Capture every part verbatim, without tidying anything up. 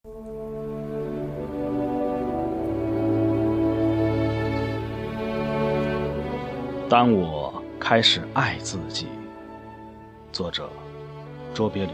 当我开始爱自己。作者：卓别林。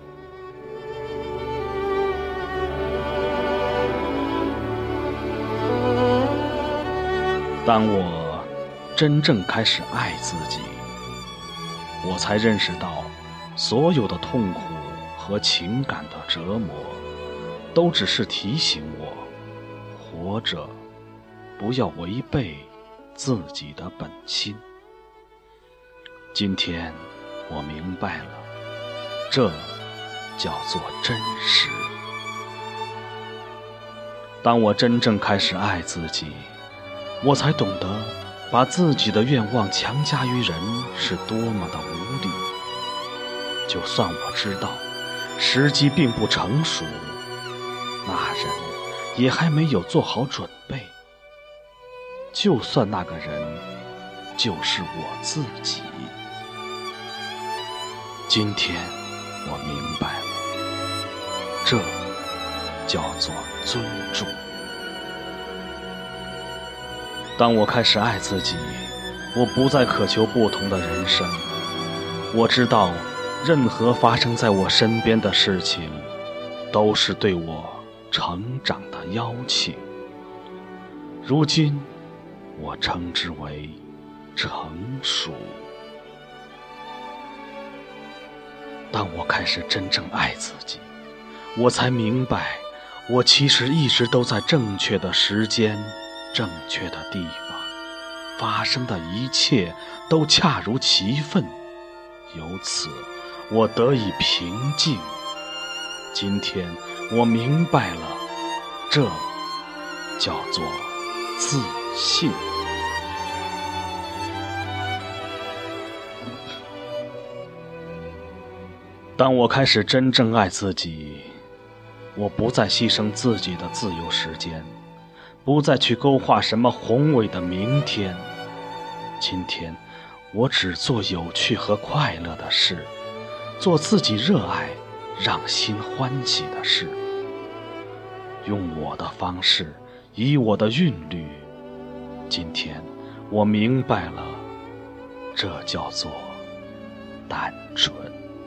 当我真正开始爱自己，我才认识到，所有的痛苦和情感的折磨，都只是提醒我，活着不要违背自己的本心。今天我明白了，这叫做真实。当我真正开始爱自己，我才懂得把自己的愿望强加于人是多么的无力。就算我知道时机并不成熟，那人也还没有做好准备，就算那个人就是我自己。今天我明白了，这叫做尊重。当我开始爱自己，我不再渴求不同的人生。我知道，任何发生在我身边的事情，都是对我成长的邀请。如今，我称之为成熟。当我开始真正爱自己，我才明白，我其实一直都在正确的时间、正确的地方，发生的一切都恰如其分，由此我得以平静。今天我明白了，这叫做自信。当我开始真正爱自己，我不再牺牲自己的自由时间，不再去勾画什么宏伟的明天。今天我只做有趣和快乐的事，做自己热爱、让心欢喜的事，用我的方式，以我的韵律。今天我明白了，这叫做单纯。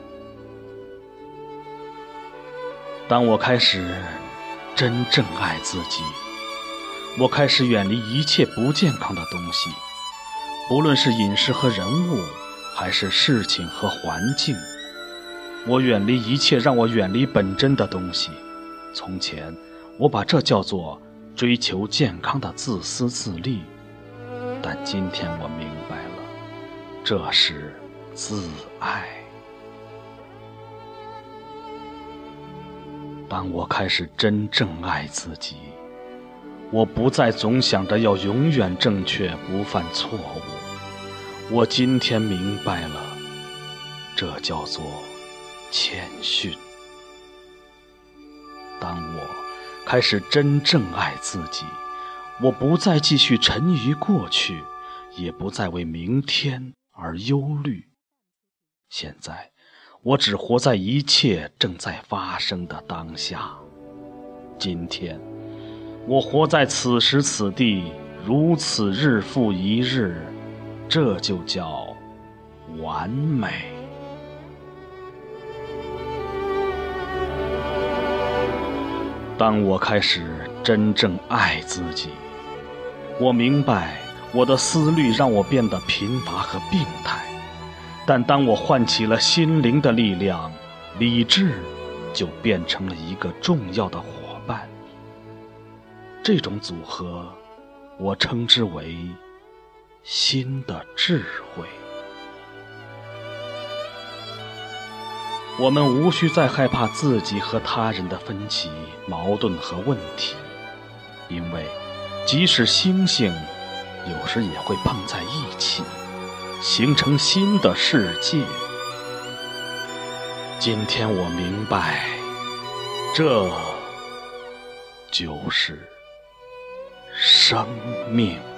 当我开始真正爱自己，我开始远离一切不健康的东西，不论是饮食和人物，还是事情和环境。我远离一切让我远离本真的东西。从前，我把这叫做追求健康的自私自利，但今天我明白了，这是自爱。当我开始真正爱自己，我不再总想着要永远正确，不犯错误。我今天明白了，这叫做谦逊。当我开始真正爱自己，我不再继续沉于过去，也不再为明天而忧虑。现在我只活在一切正在发生的当下。今天，我活在此时此地，如此日复一日，这就叫完美。当我开始真正爱自己，我明白我的思虑让我变得贫乏和病态。但当我唤起了心灵的力量，理智就变成了一个重要的伙伴。这种组合，我称之为新的智慧。我们无需再害怕自己和他人的分歧、矛盾和问题，因为即使星星有时也会碰在一起，形成新的世界。今天我明白，这就是生命。